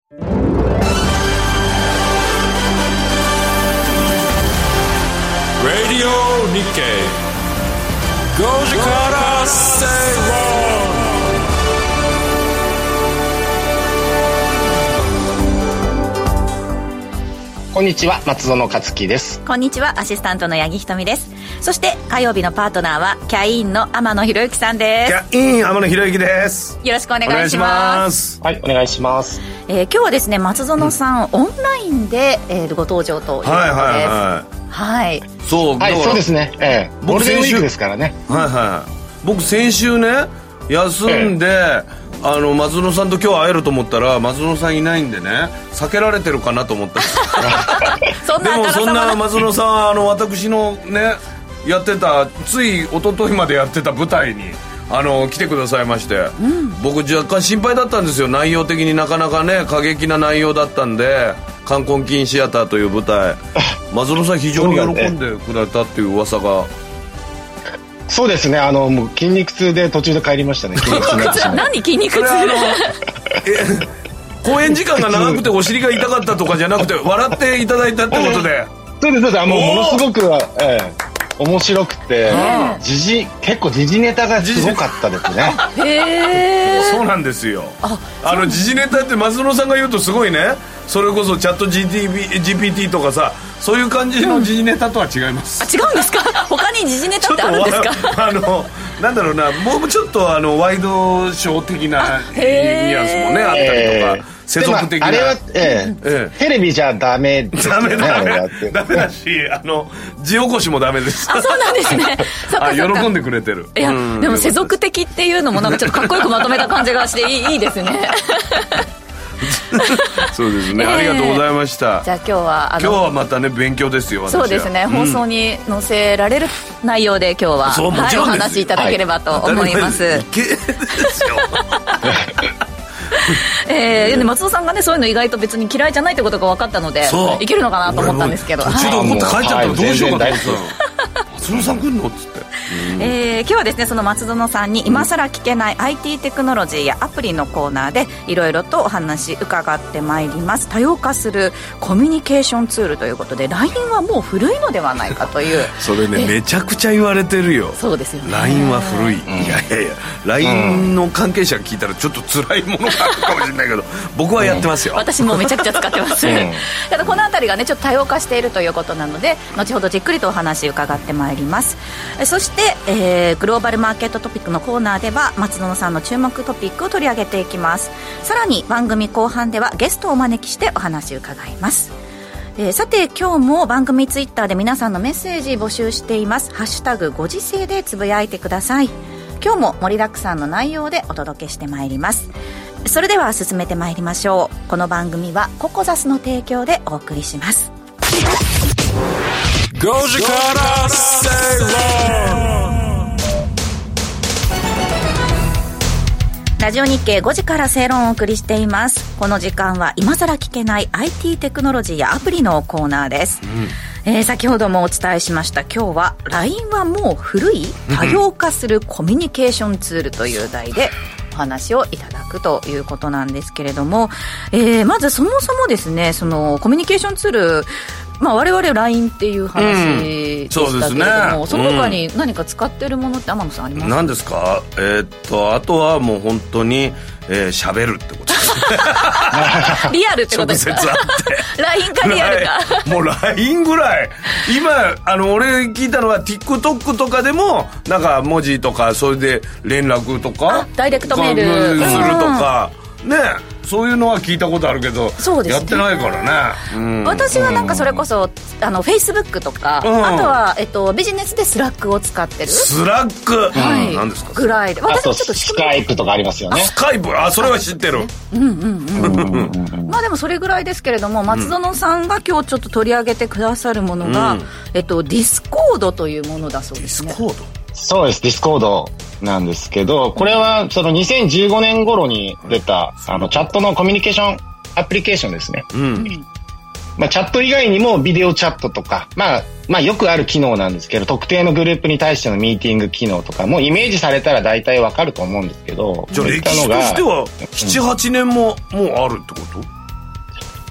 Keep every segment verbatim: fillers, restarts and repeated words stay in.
Radio Nikkeiごじから正論。 こんにちは、松園克樹です。 こんにちは、アシスタントの八木ひとみです。そして火曜日のパートナーはキャインの天野博之さんです。 キャイン天野博之です。 よろしくお願いします。 はい、お願いします。 えー、今日はですね、松園さん、うん、オンラインで、えー、ご登場ということです。はいはいはい、はい、 そう、はい、そうですね、えー、ゴールデンウィークですからね。 はいはい、僕先週ね休んで、えーあの松野さんと今日会えると思ったら松野さんいないんでね、避けられてるかなと思ったそんなでもそんな松野さん、あの私のねやってたつい一昨日までやってた舞台にあの来てくださいまして、うん、僕若干心配だったんですよ。内容的になかなかね過激な内容だったんで、冠婚金シアターという舞台松野さん非常に喜んでくれたっていう噂が。 そうですね、あのもう筋肉痛で途中で帰りましたね。筋肉痛になってしまう。 何筋肉痛え公演時間が長くてお尻が痛かったとかじゃなくて笑っていただいたってことで。 そうですそうです、もうものすごく、えー、面白くて、時事結構時事ネタがすごかったですね。 へー、 そうなんですよ。ああの時事ネタって松野さんが言うとすごいね、それこそチャット ジーピーティー とかさ、そういう感じの時事ネタとは違います、 うん、あ違うんですか。他に時事ネタってあるんですか。 あのなんだろうな、もうちょっとあのワイドショー的なニュアンスもねあったりとか、世俗的な、 あれは、ええええ、テレビじゃダメですよね。 ダメダメダメだし、あの地起こしもダメです。 あ、そうなんですね。そっかそっか、 あ、喜んでくれてる。 いや、うん、でも世俗的っていうのもなんかちょっとかっこよくまとめた感じがしていい、いいですね。 そうですね、えー、ありがとうございました。 じゃあ今日はあの今日はまたね勉強ですよ。私はそうですね、うん、放送に載せられる内容で今日は、 そう、もちろんです、 はい、お話しいただければと思います、はい、 ですよ。 えー、で松尾さんがねそういうの意外と別に嫌いじゃないってことが分かったのでいけるのかなと思ったんですけど、 途中で怒って帰っちゃったらどうしようかと思ってた。松野さん来るのっつって、 うん、えー、今日はですねその松園さんに今更聞けない アイティー テクノロジーやアプリのコーナーでいろいろとお話伺ってまいります。多様化するコミュニケーションツールということで ライン はもう古いのではないかというそれねめちゃくちゃ言われてるよ。 そうですよね、 ライン は古い、うん、いやいやいや ライン の関係者が聞いたらちょっと辛いものがあるかもしれないけど僕はやってますよ、 うん、私もめちゃくちゃ使ってます、うん、ただこのあたりがねちょっと多様化しているということなので後ほどじっくりとお話伺ってまいります。そして、えー、グローバルマーケットトピックのコーナーでは松園さんの注目トピックを取り上げていきます。さらに番組後半ではゲストをお招きしてお話を伺います。えー、さて今日も番組ツイッターで皆さんのメッセージ募集しています。ハッシュタグご時世でつぶやいてください。今日も盛りだくさんの内容でお届けしてまいります。それでは進めてまいりましょう。この番組はココザスの提供でお送りします。 ごじから正論。 ラジオ日経ごじから正論をお送りしています。この時間は今更聞けない アイティー テクノロジーやアプリのコーナーです、うん、えー、先ほどもお伝えしました今日は ライン はもう古い多様化するコミュニケーションツールという題でお話をいただくということなんですけれども、えー、まずそもそもですねそのコミュニケーションツール、まあ、我々 ライン っていう話でしたけれども、うん、そ, ね、その他に何か使ってるものって天野さんありますか？ 何ですか？えー、っとあとはもう本当にえー、喋るってことですリアルってことですか？ 直接会ってライン かリアルかもう ライン ぐらい今あの俺聞いたのは TikTok とかでもなんか文字とかそれで連絡とかダイレクトメールするとかね、そういうのは聞いたことあるけど、そうですね、やってないからね、 うん、私はなんかそれこそあの Facebook とか、うん、あとは、えっと、ビジネスでスラックを使ってるスラック、はい、何ですかぐらいで、私もちょっとスカイプとかありますよね。 スカイプ、あ、それは知ってる。 うんうんうんまあでもそれぐらいですけれども、松園さんが今日ちょっと取り上げてくださるものが、うん、えっと、ディスコードというものだそうですね。 ディスコード、 そうです、ディスコードなんですけど、これはそのにせんじゅうごねん頃に出たあのチャットのコミュニケーションアプリケーションですね、うんまあ、チャット以外にもビデオチャットとか、まあ、まあよくある機能なんですけど、特定のグループに対してのミーティング機能とかもイメージされたら大体わかると思うんですけど、 じゃあ歴史としてはなな、はちねんももうあるってこと？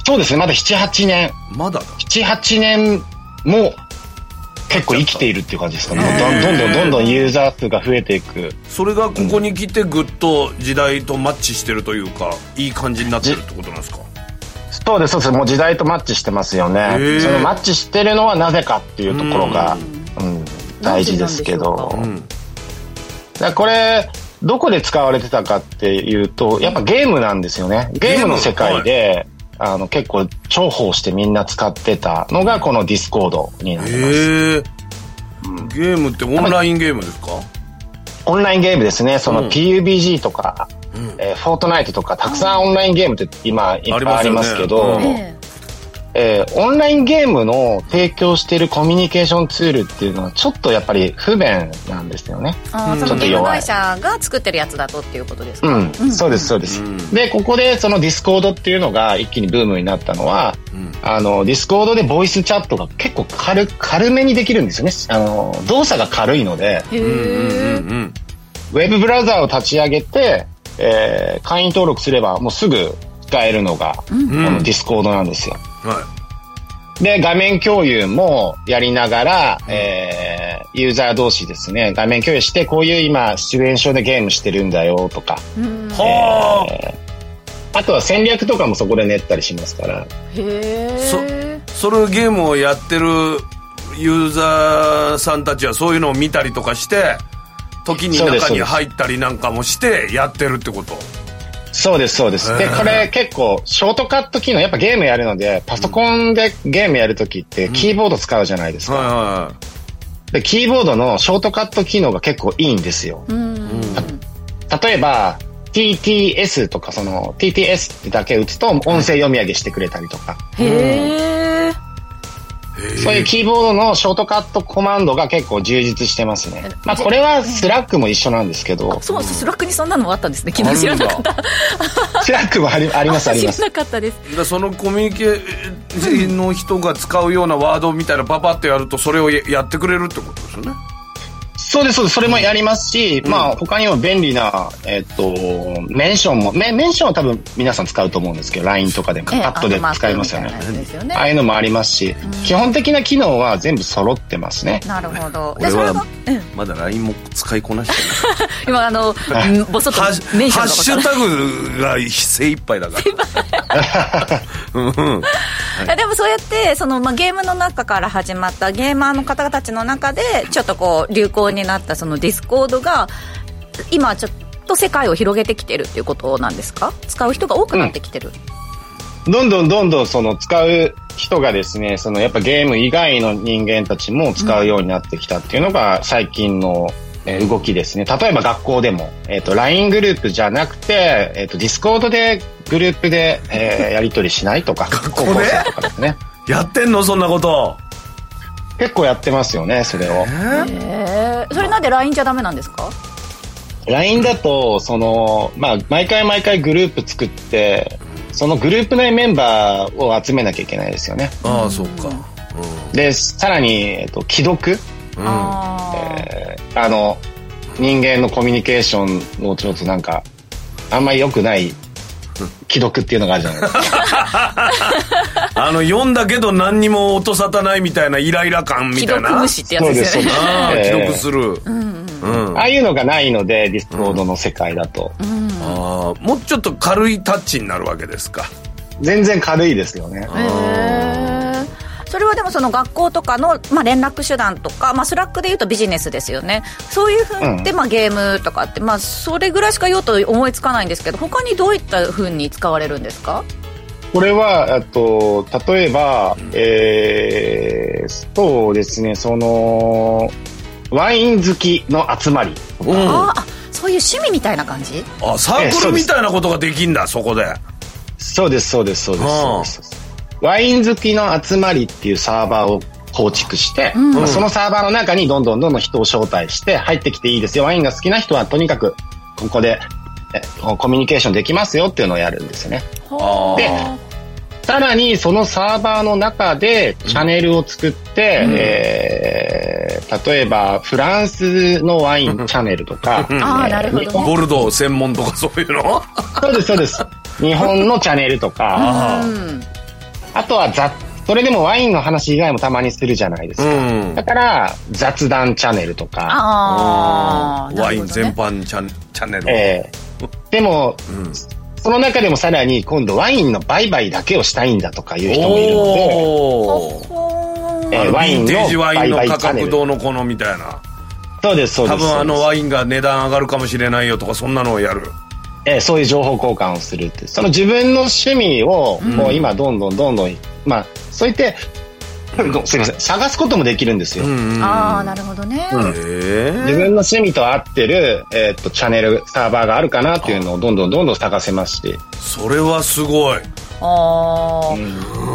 そうですね、まだななはちねん。 まだだ。 ななはちねんも結構生きているっていう感じですかね。どんどんどんどんどんユーザー数が増えていく。 それがここに来てぐっと時代とマッチしてるというか、いい感じになってるってことなんですか？ そうですそうです。もう時代とマッチしてますよね。そのマッチしてるのはなぜかっていうところが、うんうん、大事ですけど、うん、だこれどこで使われてたかっていうと、やっぱゲームなんですよね。ゲームの世界で、はい、あの結構重宝してみんな使ってたのがこのディスコードになります。へー、 うん、ゲームってオンラインゲームですか？ オンラインゲームですね。その ピーユービージー とか、うんえー、フォートナイトとかたくさんオンラインゲームって今いっぱいありますけど、ねえー、オンラインゲームの提供しているコミュニケーションツールっていうのはちょっとやっぱり不便なんですよね。 あ、そのゲーム会社が作ってるやつだとっていうことですか？ うん、うん、そうですそうです、うん、でここでそのディスコードっていうのが一気にブームになったのは、うん、あのディスコードでボイスチャットが結構 軽, 軽めにできるんですよね。あの動作が軽いので、へー、ウェブブラウザーを立ち上げて、えー、会員登録すればもうすぐ使えるのがこのディスコードなんですよ、うんはい、で画面共有もやりながら、えー、ユーザー同士ですね、画面共有してこういう今シチュエーションでゲームしてるんだよとか、うんえー、あとは戦略とかもそこで練ったりしますから。 へー、そ, それゲームをやってるユーザーさんたちはそういうのを見たりとかして時に中に入ったりなんかもしてやってるってこと？ そうですそうです。でこれ結構ショートカット機能、やっぱゲームやるのでパソコンでゲームやるときってキーボード使うじゃないですか、うんはいはいはい、でキーボードのショートカット機能が結構いいんですよ、うん、例えば ティーティーエス とかその ティーティーエス ってだけ打つと音声読み上げしてくれたりとか、へー、そういうキーボードのショートカットコマンドが結構充実してますね。まあこれはスラックも一緒なんですけど。 そう、スラックにそんなのもあったんですね。昨日知らなかった。 スラックもあり、ありますあります。 知らなかったです。 だそのコミュニケーションの人が使うようなワードみたいなパパッとやるとそれをやってくれるってことですよね。 そうですそうです。それもやりますし、うん、まあ他にも便利なえっとメンションもメメンションは多分皆さん使うと思うんですけど、ライン とかでもパッドで使えますよね。ああいうのもありますし、うん、基本的な機能は全部揃ってますね。 なるほど。 でそれは、うん、まだ ライン も使いこなしてない。 今あのボソッとメンションとかハッシュタグが精一杯だから。うんうんはい、 でもそうやってその、まあ、ゲームの中から始まったゲーマーの方たちの中でちょっとこう流行になったそのディスコードが今ちょっと世界を広げてきてるっていうことなんですか？使う人が多くなってきてる、 うん、どんどんどんどんその使う人がですね、そのやっぱゲーム以外の人間たちも使うようになってきたっていうのが最近の動きですね。例えば学校でも、えーと、ライン グループじゃなくて、えーと、ディスコードでグループで、えー、やり取りしないとか学校でとかですね。やってんのそんなこと？ 結構やってますよね、それを。 へー、それなんで ライン じゃダメなんですか？ ライン だとその、まあ、毎回毎回グループ作ってそのグループ内メンバーを集めなきゃいけないですよね。 ああ、そうか、 うん、でさらに、えーと、既読、うんあ, えー、あの人間のコミュニケーションをちょっとなんかあんまり良くない既読っていうのがあるじゃないですか。 あの読んだけど何にも音沙汰ないみたいなイライラ感みたいな。 既読無視ってやつですよね。 ああ、既読する、うんうん、ああいうのがないのでディスコードの世界だと、うん、 ああ、もうちょっと軽いタッチになるわけですか？ 全然軽いですよね。 へー、それはでもその学校とかの、まあ、連絡手段とか、まあ、スラックでいうとビジネスですよね。そういうふうに、うんまあ、ゲームとかって、まあ、それぐらいしか言おうと思いつかないんですけど、他にどういったふうに使われるんですか？ これはと例えば、うん、えー、そうですね、そのワイン好きの集まりとか、うん、 ああ、そういう趣味みたいな感じ？ あ、サークルみたいなことができんだ、そこで。 そうですそうですそうですそうです。ワイン好きの集まりっていうサーバーを構築して、うんまあ、そのサーバーの中にどんどんどんどん人を招待して入ってきていいですよ、ワインが好きな人はとにかくここでコミュニケーションできますよっていうのをやるんですよね。でさらにそのサーバーの中でチャンネルを作って、うんえー、例えばフランスのワインチャンネルとか、 うんえー、あなるほどね、 ボルドー専門とかそういうの。 そうですそうです。日本のチャンネルとか、 うんあとは雑、それでもワインの話以外もたまにするじゃないですか。うん、だから、雑談チャンネルとか。 あワイン全般チャン、チャンネル。 えー、でも、うん、その中でもさらに今度ワインの売買だけをしたいんだとかいう人もいるので、えー、ワインの売買チャンネル。ヴィンテージワインの価格どうのこのみたいな。そうです、そうです。 多分あのワインが値段上がるかもしれないよとかそんなのをやる。 えー、そういう情報交換をするって。その自分の趣味をもう今どんどんどんどん、うん、まあ、そう言って、すいません、探すこともできるんですよ。 うんうん、ああ、なるほどね、うん。 自分の趣味と合ってる、えー、っと、チャンネル、サーバーがあるかなっていうのをどんどんどんどん探せますし。 それはすごい。 あ、うん、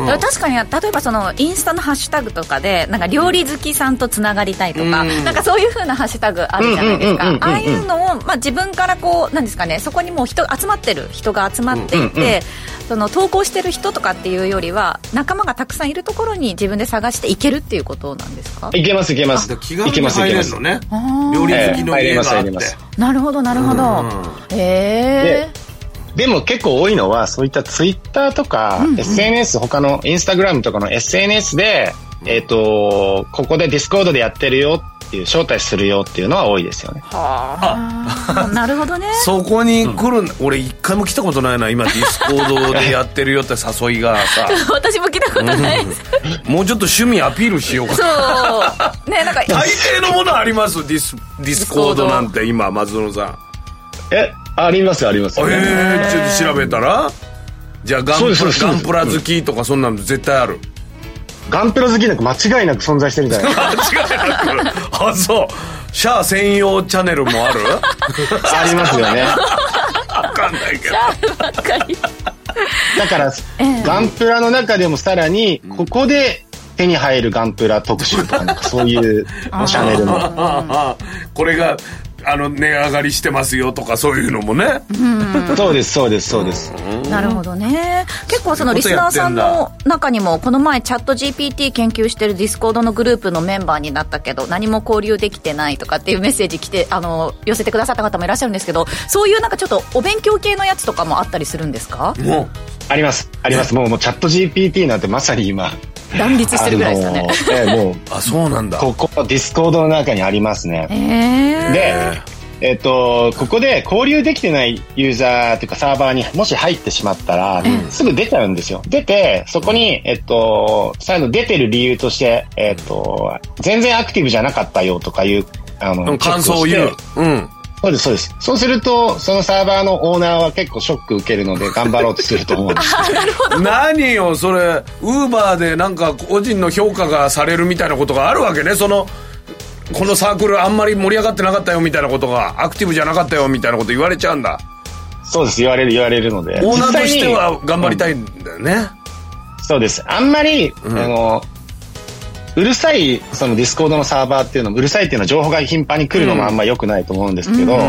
確かに例えばそのインスタのハッシュタグとかでなんか料理好きさんとつながりたいとか、うん、なんかそういう風なハッシュタグあるじゃないですか。ああいうのを、まあ、自分からこうなんですかね、そこにもう人集まってる人が集まっていて、うんうん、その投稿してる人とかっていうよりは仲間がたくさんいるところに自分で探していけるっていうことなんですか？ いけますいけます。 気軽に入れるのね。料理好きの家があって、えー、 なるほどなるほど。へえー。 でも結構多いのはそういったツイッターとか、うんうん、エスエヌエス、他のインスタグラムとかの エスエヌエス で、えっと、ここでディスコードでやってるよっていう、招待するよっていうのは多いですよね。 はあ、なるほどね。そこに来る、うん、俺一回も来たことないな、今ディスコードでやってるよって誘いがさ。 私も来たことないです、 うん。もうちょっと趣味アピールしようか。 そう。ね、なんか。 大抵のものありますディス、ディスコードなんて今、松園さん。 えありますあります。 えー、ちょっと調べたらじゃあガンプラ、ガンプラ好きとかそんなの絶対ある。 ガンプラ好きなんか間違いなく存在してるんじゃない間違いなくあ、そうシャア専用チャンネルもあるありますよね。 分かんないけどばっかりだから、えー、ガンプラの中でもさらにここで手に入るガンプラ特集とかなんかそういうチャンネルもこれがあの値上がりしてますよとかそういうのもね。 うんそうですそうですそうです。 なるほどね。結構そのリスナーさんの中にもこの前チャット ジーピーティー 研究してるディスコードのグループのメンバーになったけど何も交流できてないとかっていうメッセージ来てあの寄せてくださった方もいらっしゃるんですけど、そういうなんかちょっとお勉強系のやつとかもあったりするんですか？ もうありますあります。もう、もうチャット ジーピーティー なんてまさに今乱立してるぐらいですかね。 えー、もうあそうなんだ。 ここディスコードの中にありますね。 えー、 でえっと、ここで交流できてないユーザーというかサーバーにもし入ってしまったら、うん、すぐ出ちゃうんですよ。出て、そこに、えっと、最後出てる理由として、えっと、全然アクティブじゃなかったよとかいう、あの、 感想を言う。うん。 そうです、そうです。そうすると、そのサーバーのオーナーは結構ショック受けるので頑張ろうとすると思うんですあ、なるほど。 何よ、それ、ウーバーでなんか個人の評価がされるみたいなことがあるわけね、その、このサークルあんまり盛り上がってなかったよみたいなことがアクティブじゃなかったよみたいなこと言われちゃうんだ。 そうです、言われる言われるのでオーナーとしては頑張りたいんだよね、うん、 そうです。あんまり、うん、あのうるさいそのディスコードのサーバーっていうのもうるさいっていうのは情報が頻繁に来るのもあんま良くないと思うんですけど、うん、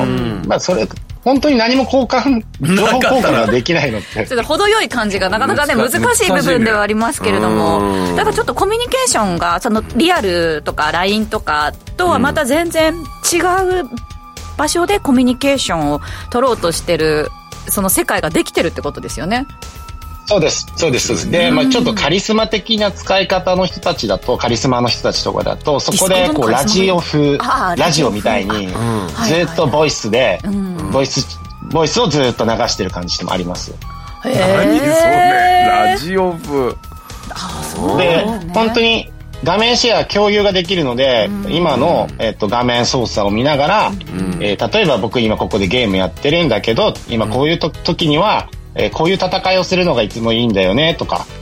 まあそれ本当に何も交換情報交換ができないのってちょっと程よい感じがなかなかね難しい部分ではありますけれども、ね、だからちょっとコミュニケーションがそのリアルとか ライン とかとはまた全然違う場所でコミュニケーションを取ろうとしてるその世界ができてるってことですよね。 そうですそうですそうです。で、まあ、ちょっとカリスマ的な使い方の人たちだとカリスマの人たちとかだとそこでこうラジオ風ラジオみたいにずっとボイスでボイスボイスをずっと流してる感じでもあります。 へー、 何それラジオ風で本当に画面シェア共有ができるので、うん、今の、えー、と画面操作を見ながら、うんえー、例えば僕今ここでゲームやってるんだけど今こういうと、うん、時にはえー、こういう戦いをするのがいつもいいんだよねとか。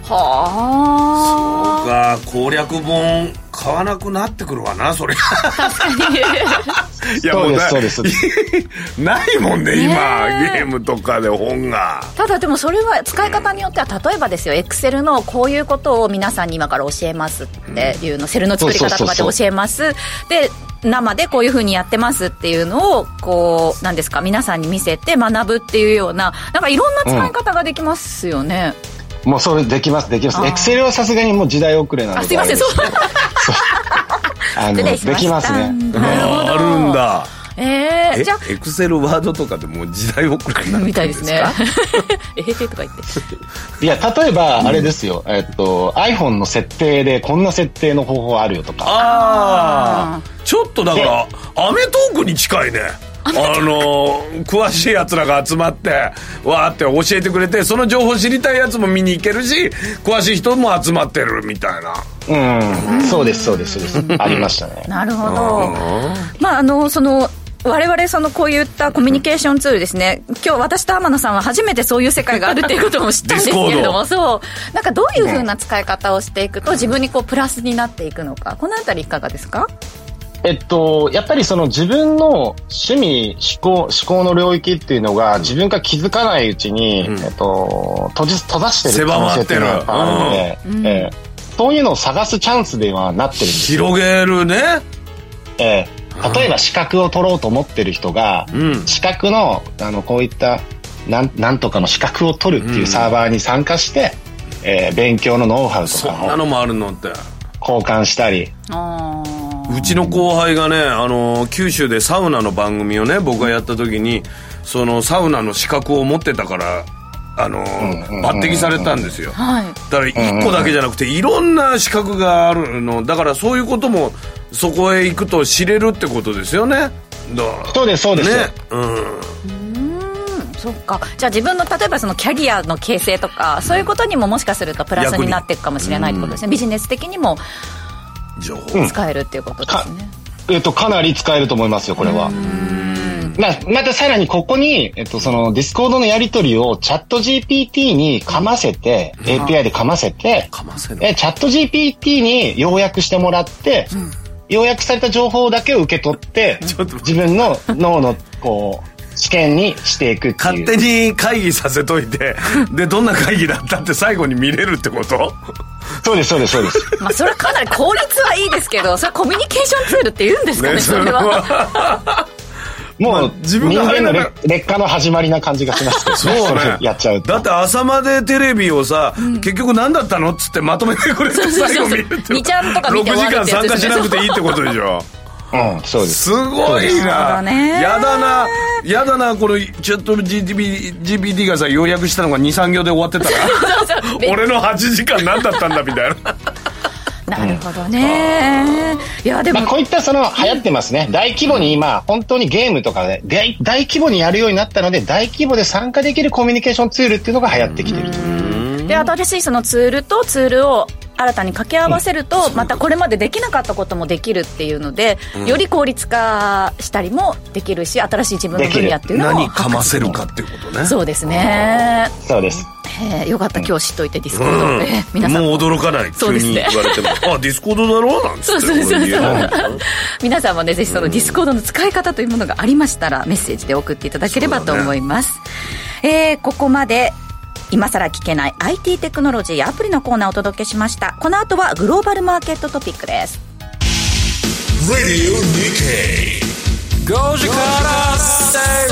はあ。そうか、攻略本買わなくなってくるわなそれ。 確かに。 いやそうですそうです。 ないもんね今ゲームとかで本が。 ただでもそれは使い方によっては例えばですよ、エクセルのこういうことを皆さんに今から教えますっていうの、うん、セルの作り方とかで教えます。で生でこういう風にやってますっていうのをこうなんですか皆さんに見せて学ぶっていうようななんかいろんな使い方ができますよね。 うん、もうそれできますできます。エクセルはさすがにもう時代遅れなので。 あ、すいませんそう。 あのできますね。 なるほど。 あるんだ。 えー、 えじゃあエクセルワードとかでもう時代遅れになってるんですかみたいですねえへへとか言っていや例えばあれですよ、うん、えっと iPhone の設定でこんな設定の方法あるよとか。 ああちょっとだからアメトークに近いね。あの詳しいやつらが集まってわーって教えてくれて、その情報知りたいやつも見に行けるし、詳しい人も集まってるみたいな。 うん、そうですそうですそうですありましたね。 なるほど。まああのその我々そのこういったコミュニケーションツールですね、今日私と天野さんは初めてそういう世界があるっていうことも知ったんですけれどもそうなんかどういう風な使い方をしていくと自分にこうプラスになっていくのか、このあたりいかがですか？ えっと、やっぱりその自分の趣味、思考、思考の領域っていうのが自分が気づかないうちに、うん、えっと、閉じ、閉ざしてる可能性っていうのがあるので、うんえー、そういうのを探すチャンスではなってるんですよ。 広げるね。 えー、例えば資格を取ろうと思ってる人が、うん、資格の、あの、こういったなん、なんとかの資格を取るっていうサーバーに参加して、うんえー、勉強のノウハウとかそんなのもあるのって交換したり。 あうちの後輩がね、あの九州でサウナの番組をね僕がやった時に、そのサウナの資格を持ってたからあの、うんうん、抜擢されたんですよ、はい、だからいっこだけじゃなくていろんな資格があるのだから、そういうこともそこへ行くと知れるってことですよね。だそうですそうですね、 うんそっか。じゃあ自分の例えばそのキャリアの形成とかそういうことにももしかするとプラスになっていくかもしれないってことですね、うん、ビジネス的にも情報使えるっていうことですね、 うん、か, えっと、かなり使えると思いますよこれは。まあ、またさらにここに、えっと、そのディスコードのやり取りをチャット ジーピーティー にかませて、うん、エーピーアイ でかませてかませえチャット ジーピーティー に要約してもらって、うん、要約された情報だけを受け取って、うん、自分の脳のこう試験にしていくっていう。 勝手に会議させといてでどんな会議だったって最後に見れるってことそうですそうですそうですまあそれはかなり効率はいいですけど、それはコミュニケーションツールって言うんですかね、ねそれはもう人間の劣化の始まりな感じがしますけどそうねやっちゃうと。 だって朝までテレビをさ、うん、結局何だったのっつってまとめてくれて最後見るってにちゃんとか見て終わるってやつですね。 ろくじかん参加しなくていいってことでしょうん、そうです。 すごいな。やだな。やだな、これ、チャット ジーピーティー がさ、要約したのがに、さん行で終わってたら、俺のはちじかん何だったんだ、みたいな。なるほどね。いや、でも。 まあ、こういったその、流行ってますね。大規模に今、本当にゲームとかで、大、大規模にやるようになったので、大規模で参加できるコミュニケーションツールっていうのが流行ってきてると。 で、新しいそのツールとツールを、新たに掛け合わせると、またこれまでできなかったこともできるっていうので、うん、より効率化したりもできるし、新しい自分の分野っていうのを何かませるかっていうことね。 そうですね。 そうです。 えー、よかった、今日知っといてディスコード、うんえー、皆さんもう驚かない。 そうですね、 急に言われてもあディスコードだろうなんつってそうそうそうそう皆さんもねぜひそのディスコードの使い方というものがありましたらメッセージで送っていただければと思います、ねえー、ここまで今さら聞けない アイティー テクノロジーアプリのコーナーをお届けしました。この後はグローバルマーケットトピックです。 Radio Nikkei ごじから Stay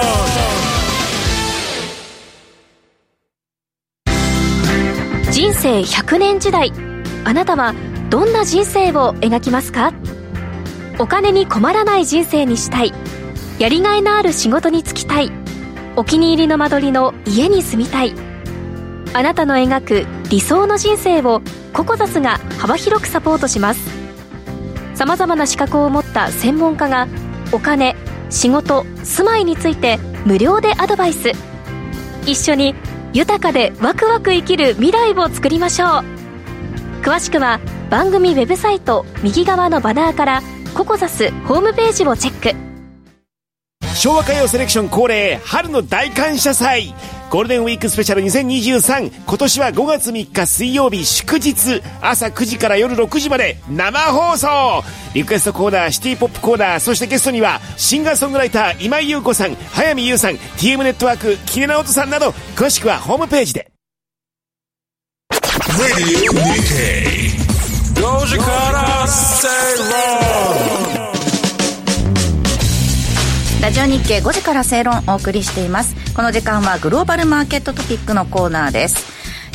Wrong。 人生ひゃくねん時代、あなたはどんな人生を描きますか？お金に困らない人生にしたい、やりがいのある仕事に就きたい、お気に入りの間取りの家に住みたい。あなたの描く理想の人生をココザスが幅広くサポートします。さまざまな資格を持った専門家がお金、仕事、住まいについて無料でアドバイス。一緒に豊かでワクワク生きる未来を作りましょう。詳しくは番組ウェブサイト右側のバナーからココザスホームページをチェック。 昭和歌謡セレクション恒例春の大感謝祭ゴールデンウィークスペシャルにせんにじゅうさん、今年はごがつみっか水曜日祝日、朝くじから夜ろくじまで生放送。リクエストコーナー、シティポップコーナー、そしてゲストにはシンガーソングライター今井優子さん、早見優さん、 ティーエム ネットワーク木根直人さんなど、詳しくはホームページで。 Radio Nikkei ごじから Stay Wrong。 ラジオ日経ごじから正論をお送りしています。この時間はグローバルマーケットトピックのコーナーです。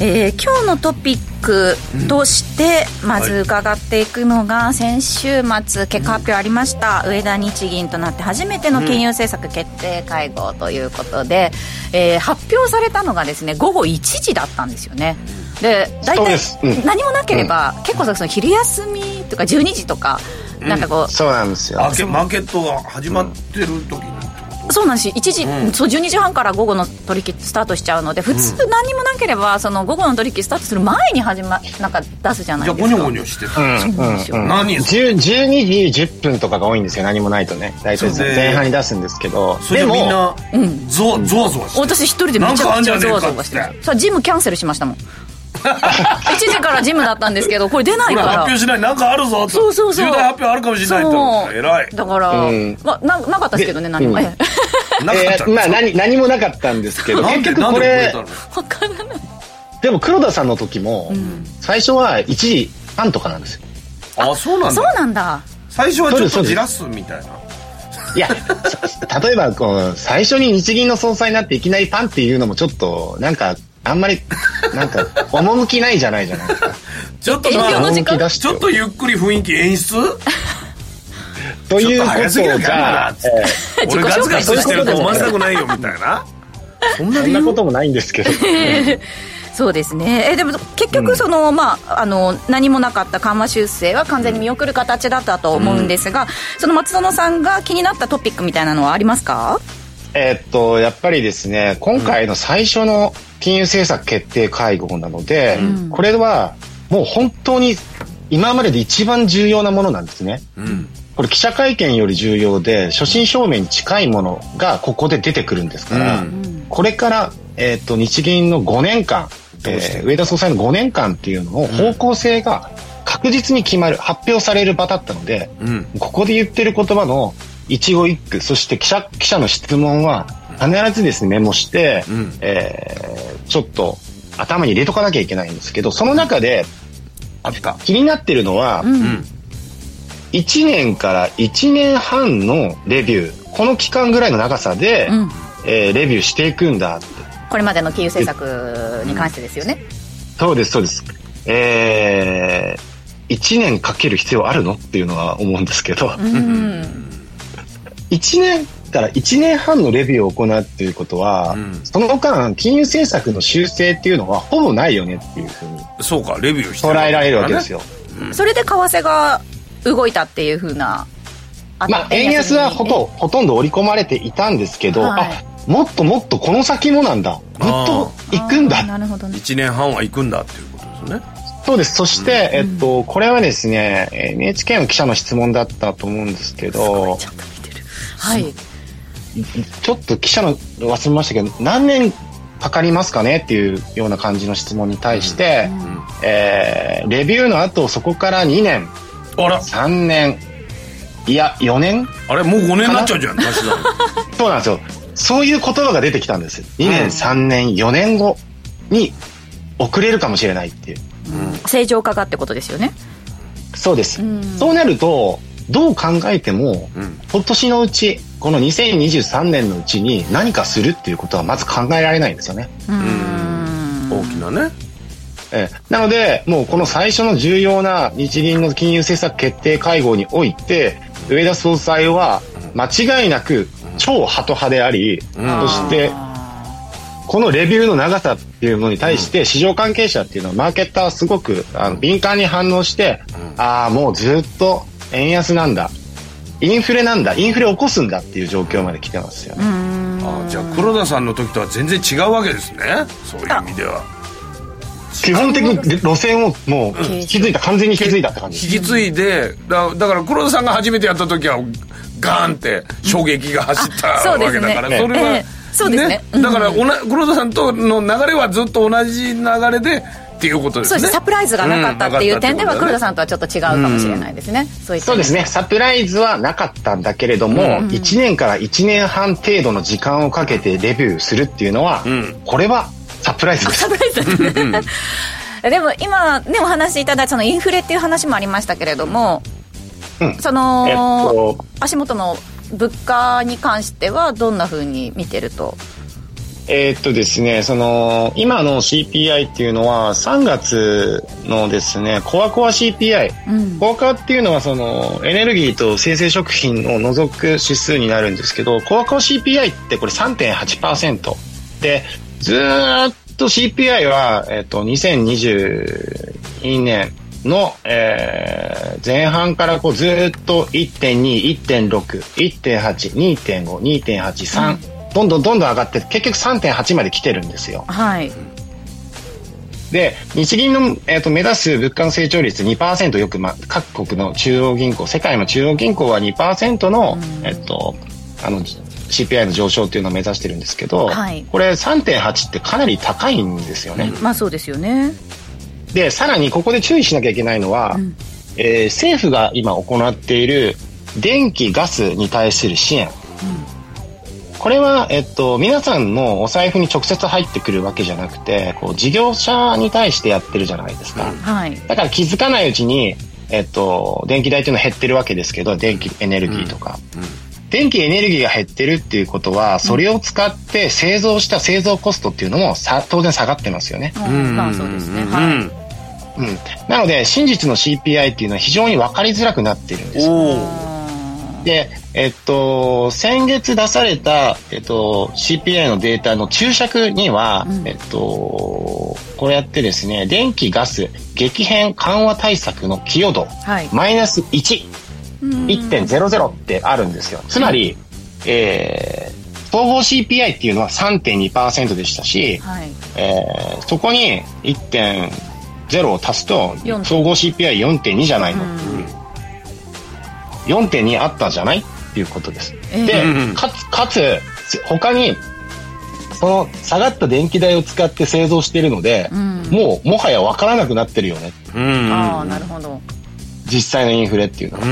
えー、今日のトピックとしてまず伺っていくのが、先週末結果発表ありました、うん、上田日銀となって初めての金融政策決定会合ということで、えー、発表されたのがですねごごいちじだったんですよね。で大体何もなければ、うん、結構その昼休みとかじゅうにじとか、うん、なんかこうそうなんですよ。 マーケットが始まってる時に、 そうなんです。いちじ、うん、そうじゅうにじはんから午後の取引スタートしちゃうので、普通何もなければその午後の取引スタートする前に始まなんか出すじゃないですか。 じゃあゴニョゴニョしてた、うん、そうなんですよ、うん、何じゅうにじじゅっぷんとかが多いんですよ。何もないとね大体前半に出すんですけど、 それでもみんなゾワゾワゾワして、 私一人でめちゃくちゃゾワゾワしてる。さあジムキャンセルしましたもんいちじからジムだったんですけど、これ出ないから発表しない、なんかあるぞと、 そうそうそう、 重大発表あるかもしれないと、偉い。 だから、うんま、な, なかったですけどね何も、ええなかった、えーまあ、何, 何もなかったんですけど結局これ分からない。 でも黒田さんの時も、うん、最初はいちじはんとかなんですよ。 あ、そうなんだ。 そうなんだ。 最初はちょっとじらすみたいな。 いや例えばこう最初に日銀の総裁になっていきなりパンっていうのもちょっとなんかあんまりなんか趣ないじゃないじゃないですかちょっとまあちょっとゆっくり雰囲気演出ということが、 えー、俺ガツガツしてると思わせたくないよみたいなそんなそんなこともないんですけどそうですね。えでも結局その、うんまあ、あの何もなかった緩和修正は完全に見送る形だったと思うんですが、うん、その松園さんが気になったトピックみたいなのはありますか？ えー、っとやっぱりですね、今回の最初の金融政策決定会合なので、うん、これはもう本当に今までで一番重要なものなんですね、うん、これ記者会見より重要で所信表明に近いものがここで出てくるんですから、うん、これから、えー、っと日銀のごねんかん、えー、上田総裁のごねんかんっていうのの方向性が確実に決まる、発表される場だったので、うん、ここで言ってる言葉の一語一句、そして記者、記者の質問は必ずですねメモして、うんえー、ちょっと頭に入れとかなきゃいけないんですけど、その中で気になってるのは、うん、いちねんからいちねんはんのレビュー、この期間ぐらいの長さで、うんえー、レビューしていくんだって。 これまでの金融政策に関してですよね。 そうですそうです、えー、いちねんかける必要あるのっていうのは思うんですけど、うんいちねんからいちねんはんのレビューを行うっていうことは、うん、その間金融政策の修正っていうのはほぼないよねっていうふうにそうかレビューして捉えられるわけですよ、 うん、それで為替が動いたっていうふうな、 まあ、円安はほと、ほとんど織り込まれていたんですけど、はい、あもっともっとこの先もなんだ、ぐっと行くんだ、 なるほどね、 いちねんはんは行くんだっていうことですね。 そうです。そして、うん、えっと、これはですね エヌエイチケー の記者の質問だったと思うんですけど、 はい、 ちょっと記者の忘れましたけど何年かかりますかねっていうような感じの質問に対して、うんうんえー、レビューの後そこからにねんあらさんねんいやよねんあれもうごねんになっちゃうじゃんそうなんですよ。そういう言葉が出てきたんです。にねん、うん、さんねんよねんごに遅れるかもしれないっていう、 うん、正常化がってことですよね。 そうです、うん、そうなるとどう考えても、うん、今年のうちこのにせんにじゅうさんねんのうちに何かするっていうことはまず考えられないんですよね。 うん大きなね、 えなのでもうこの最初の重要な日銀の金融政策決定会合において上田総裁は間違いなく超ハト派であり、うん、そしてこのレビューの長さっていうものに対して市場関係者っていうのはマーケッターはすごくあの敏感に反応して、うん、ああもうずっと円安なんだ、インフレなんだ、インフレ起こすんだっていう状況まで来てますよね。 あじゃあ黒田さんの時とは全然違うわけですね。そういう意味では基本的に路線をもう引き継いだ、完全に引き継いだって感じです。 引き継いで だ, だから黒田さんが初めてやった時はガーンって衝撃が走ったわけだから、それは、ねそうですね、 だからおな黒田さんとの流れはずっと同じ流れでっていうことですね。 そうです。サプライズがなかったっていう点では、うん、黒田さんとはちょっと違うかもしれないですね、うん、そういったそうですね。サプライズはなかったんだけれども、うん、いちねんからいちねんはん程度の時間をかけてレビューするっていうのは、うん、これはサプライズです。 サプライズですねでも今ねお話しいただいたそのインフレっていう話もありましたけれども、うん、その、えっと、足元の物価に関してはどんな風に見てると。 えー、っとですね、その今の シーピーアイ っていうのはさんがつのですねコアコア シーピーアイ、うん、コアコアっていうのはそのエネルギーと生鮮食品を除く指数になるんですけど、コアコア シーピーアイ ってこれ さんてんはちパーセント で、ずーっと シーピーアイ は、えー、っとにせんにじゅうにねんの、えー、前半からこうずーっと いってんに、いってんろく、いってんはち、にてんご、にてんはち、さん、うん、どんどんどんどん上がって結局 さんてんはち まで来てるんですよ。 はい。 で、日銀の、えー、と目指す物価の成長率 にパーセント、よく、ま、各国の中央銀行、世界の中央銀行は にパーセント の、えっと、あの シーピーアイ の上昇っていうのを目指してるんですけど、はい、これ さんてんはち ってかなり高いんですよね。 まあそうですよね。 で、さらにここで注意しなきゃいけないのは、うん、えー、政府が今行っている電気ガスに対する支援、うん、これは、えっと、皆さんのお財布に直接入ってくるわけじゃなくて、こう事業者に対してやってるじゃないですか、うん、はい、だから気づかないうちに、えっと、電気代というのは減ってるわけですけど、電気エネルギーとか、うんうん、電気エネルギーが減ってるっていうことは、それを使って製造した製造コストっていうのもさ当然下がってますよね。 うん、まあそうですね、はい、うんうん、なので真実の シーピーアイ っていうのは非常に分かりづらくなっているんですよ。で、えっと、先月出された、えっと、シーピーアイ のデータの注釈には、うん、えっと、こうやってですね、電気ガス激変緩和対策の寄与度、はい、マイナスいち、いってんゼロゼロ ってあるんですよ。つまり、えー、総合 シーピーアイ っていうのは さんてんにパーセント でしたし、はい、えー、そこに いってんゼロ を足すと総合 シーピーアイよんてんに じゃないの、うん、よんてんに あったじゃないっていうことです、えー、でかつかつ他にその下がった電気代を使って製造しているので、うん、もうもはや分からなくなってるよね、 うん、ああなるほど、 実際のインフレっていうのは、うん、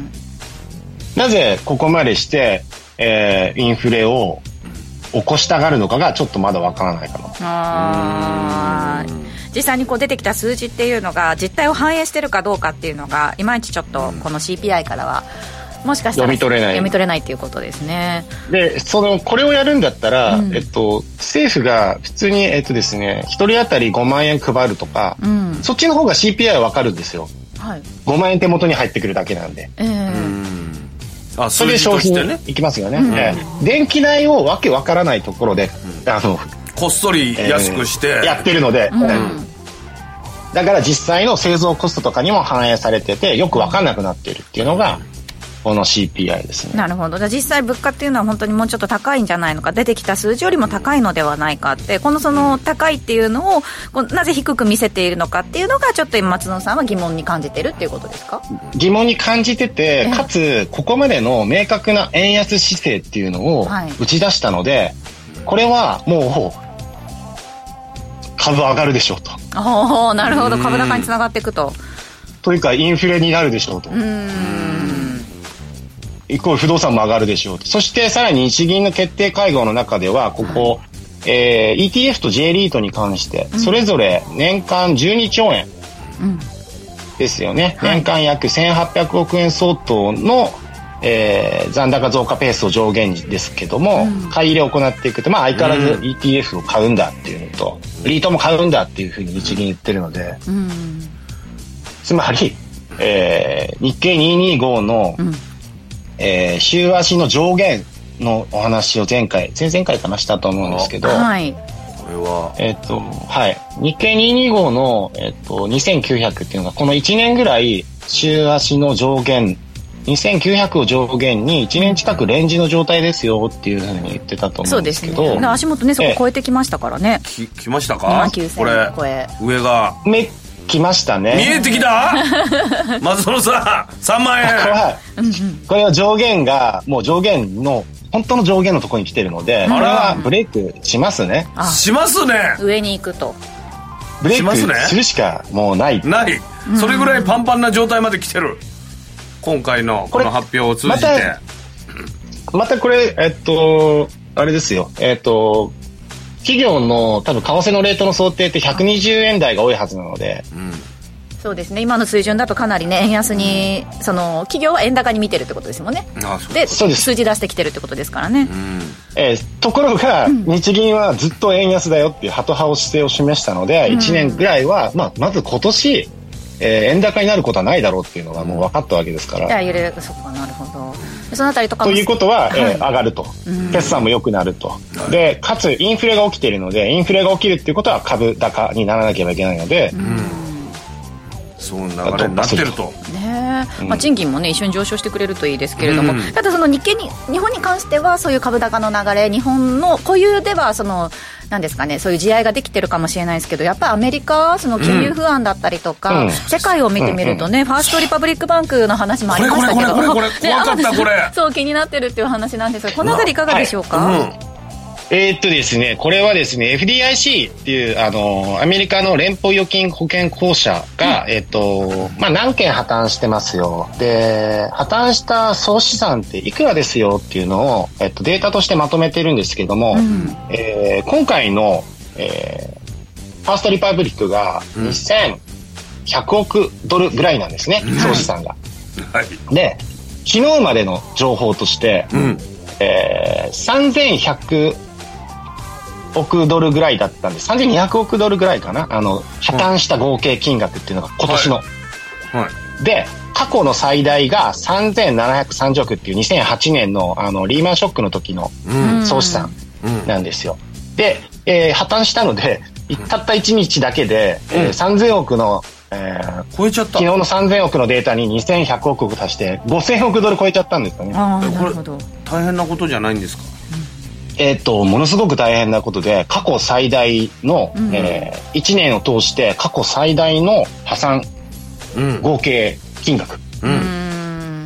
なぜここまでして、えー、インフレを起こしたがるのかがちょっとまだ分からないかな。 あ実際にこう出てきた数字っていうのが実態を反映してるかどうかっていうのがいまいちちょっとこの シーピーアイ からはもしかしたら読み取れない読み取れないっていうことですね。 でそのこれをやるんだったら、うん、えっと、政府が普通に、えっとですね、ひとり当たりごまんえん配るとか、うん、そっちの方が シーピーアイ は分かるんですよ、はい、ごまんえん手元に入ってくるだけなんで、えー、うんあそれで消費に行きますよね、うんえー、電気代をわけわからないところで、うん、あのこっそり安くして、えー、やってるので、うんうん、だから実際の製造コストとかにも反映されててよくわかんなくなっているっていうのがこの シーピーアイ ですね。 なるほど。じゃあ実際物価っていうのは本当にもうちょっと高いんじゃないのか、出てきた数字よりも高いのではないかって、このその高いっていうのをこうなぜ低く見せているのかっていうのがちょっと今松野さんは疑問に感じてるっていうことですか？ 疑問に感じてて、かつここまでの明確な円安姿勢っていうのを打ち出したので、はい、これはもう株上がるでしょうと。 おー、なるほど。株高につながっていくと。 というかインフレになるでしょうと。うーん、イコール不動産も上がるでしょうと。そしてさらに日銀の決定会合の中ではここ、はい、えー、イーティーエフ と J リートに関してそれぞれ年間じゅうにちょうえんですよね、うん、年間約せんはっぴゃくおくえん相当の、えー、残高増加ペースを上限ですけども、うん、買い入れを行っていくと、まあ、相変わらず イーティーエフ を買うんだっていうのと、うん、リートも買うんだっていうふうに日銀言ってるので、うん、つまり、えー、日経にひゃくにじゅうごの、うん、えー、週足の上限のお話を前回前々回かなしたと思うんですけど、はい、これはえっとはい日経にひゃくにじゅうごのえっとにせんきゅうひゃくっていうのがこのいちねんぐらい週足の上限にせんきゅうひゃくを上限にいちねん近くレンジの状態ですよっていうふうに言ってたと思うんですけど、そうですね、 足元ねそこ超えてきましたからね。 き来ましたか？ にまんきゅうせんえんこれ上がめ来ましたね。 見えてきた松野さんさんまんえんこれは、これは上限がもう上限の本当の上限のところに来てるので、これはブレイクしますね。 しますね。 上に行くとブレイクするしかもうないない、それぐらいパンパンな状態まで来てる。今回のこの発表を通じてまた、またこれえっとあれですよ、えっと企業の多分為替のレートの想定ってひゃくにじゅうえん台が多いはずなので、うん、 そうですね、今の水準だとかなりね円安に、その企業は円高に見てるってことですもんね。 ああそうでそうです数字出してきてるってことですからね、 うんえーところが、日銀はずっと円安だよっていうハト派を姿勢を示したので、いちねんぐらいは、まあ、まず今年、えー、円高になることはないだろうっていうのがもう分かったわけですから、 いや揺れそっかなるほど。そのあたりとかもということは、えーはい上がると、決算も良くなると、でかつインフレが起きているので、インフレが起きるっていうことは株高にならなければいけないので、 そういう流れになってると。 ねまあ、賃金もね一緒に上昇してくれるといいですけれども、うん、ただその日経に日本に関してはそういう株高の流れ、日本の固有ではそのなんですかね、そういう地合いができてるかもしれないですけど、やっぱりアメリカその金融不安だったりとか、うん、世界を見てみるとね、うん、ファーストリパブリックバンクの話もありましたけど、 これこれこれこれ怖かったこれそう気になってるっていう話なんですが、このあたりいかがでしょうか。 はいうん、えー、っとですね、これはですね エフディーアイシー っていうあのアメリカの連邦預金保険公社が、うん、えー、っとまあ何件破綻してますよ。で破綻した総資産っていくらですよっていうのを、えっと、データとしてまとめてるんですけども、うんえー、今回のえー、ファーストリパブリックがにせんひゃくおくドルぐらいなんですね、うん、総資産が、はい、で昨日までの情報として、うんえー、さんぜんひゃくおくドルぐらいだったんです。さんぜんにひゃくおくドルぐらいかな、あの破綻した合計金額っていうのが今年の、はいはい、で過去の最大がさんぜんななひゃくさんじゅうおくっていうにせんはちねん の, あのリーマンショックの時の総資産なんですよ、うん、でえー、破綻したのでたったいちにちだけで、うんえー、さんぜんおくの、えー、 超えちゃった。 昨日のさんぜんおくのデータににせんひゃくおく足してごせんおくドル超えちゃったんですよね。 あーなるほど。 これ大変なことじゃないんですか。 えー、っとものすごく大変なことで、過去最大の、うんえー、いちねんを通して過去最大の破産、うん、合計金額、うん、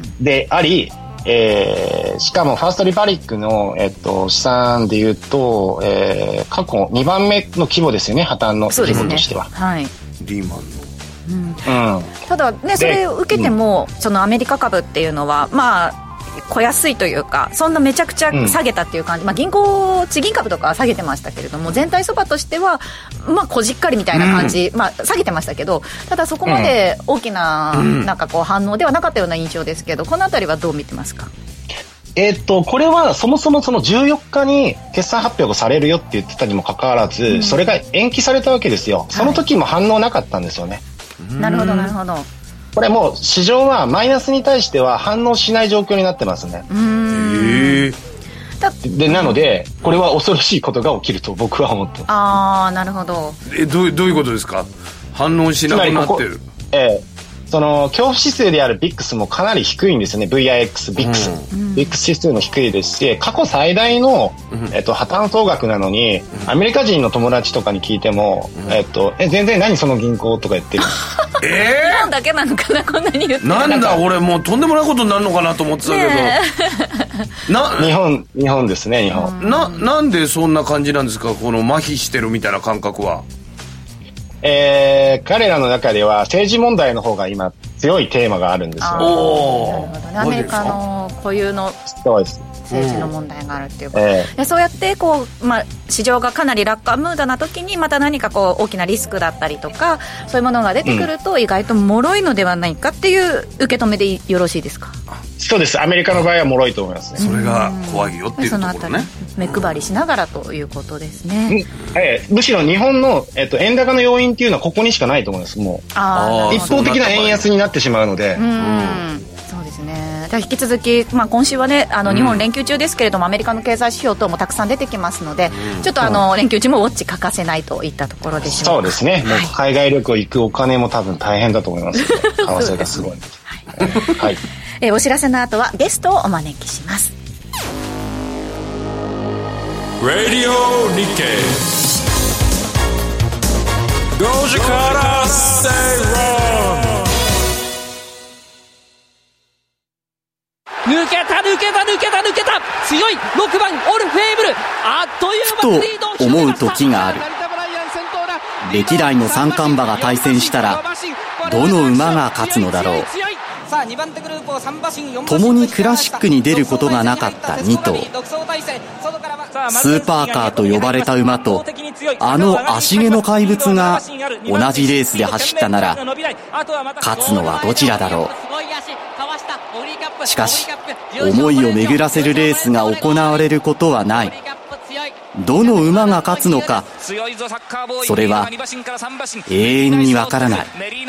であり、えー、しかもファーストリパブリックの、えっと、資産でいうと、えー、過去にばんめの規模ですよね、破綻の規模としては、 ねはい、 リーマンの、うんうん、ただねそれを受けても、うん、そのアメリカ株っていうのはまあ小安いというか、そんなめちゃくちゃ下げたっていう感じ、うんまあ、銀行地銀株とかは下げてましたけれども、全体相場としてはまあこじっかりみたいな感じ、うんまあ、下げてましたけど、ただそこまで大きな、うん、なんかこう反応ではなかったような印象ですけど、このあたりはどう見てますか。 えー、っとこれはそもそもそのじゅうよっかに決算発表がされるよって言ってたにもかかわらず、うん、それが延期されたわけですよ。その時も反応なかったんですよね、 はい、なるほどなるほど。 これもう市場はマイナスに対しては反応しない状況になってますね。うーんでなのでこれは恐ろしいことが起きると僕は思ってます。 ああなるほど。 えどうどういうことですか。反応しなくなってる。 えーその恐怖指数である ビックス もかなり低いんですよね。 ブイアイエックス、ビックス、うん、ビックス 指数も低いですし、過去最大の、えっと、破綻総額なのに、うん、アメリカ人の友達とかに聞いても、うん、えっと、え全然何その銀行とか言ってるえー、日本だけなのかな、こんなに言ってる。 なんだ俺もうとんでもないことになるのかなと思ってたけど、ね、 な日本日本ですね日本。 ななんでそんな感じなんですか、この麻痺してるみたいな感覚は。 えー、彼らの中では政治問題の方が今強いテーマがあるんですよ。 おなるほどね。アメリカの固有の政治の問題があるっていうこと、うんえー、そうやってこう、まあ、市場がかなり楽観ムードな時にまた何かこう大きなリスクだったりとかそういうものが出てくると意外と脆いのではないかっていう受け止めでよろしいですか。 そうです。アメリカの場合は脆いと思いますね。 それが怖いよっていうところね。そのあたり目配りしながらということですね。 うんえー、むしろ日本の、えっと、円高の要因っていうのはここにしかないと思います。もうあ一方的な円安になってしまうので。 うん、うん、そうですね。引き続き、まあ、今週はねあの日本連休中ですけれども、うん、アメリカの経済指標等もたくさん出てきますので、うん、ちょっとあの、うん、連休中もウォッチ欠かせないといったところでしょうか。 そうですね、もう海外旅行行くお金も多分大変だと思いますので為替がすごいはい、 はいえー、お知らせの後はゲストをお招きします。 Radio Nikkei Goji Kara Say Wrong 抜けた抜けた抜けた抜けた強いろくばんオルフェーブルあっという間にリードをふと思う時がある。歴代の三冠馬が対戦したらどの馬が勝つのだろう。共にクラシックに出ることがなかったに頭、スーパーカーと呼ばれた馬とあの足毛の怪物が同じレースで走ったなら勝つのはどちらだろう。しかし思いを巡らせるレースが行われることはない。どの馬が勝つのか、それは永遠にわからない。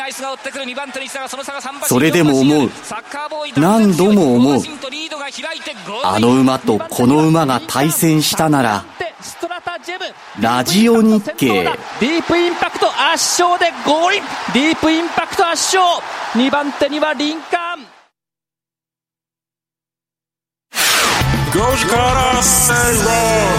それでも思う、何度も思う、あの馬とこの馬が対戦したならラジオ日経。 ディープインパクト圧勝でゴールイン。ディープインパクト圧勝。にばん手にはリンカーン。 ごじから正論。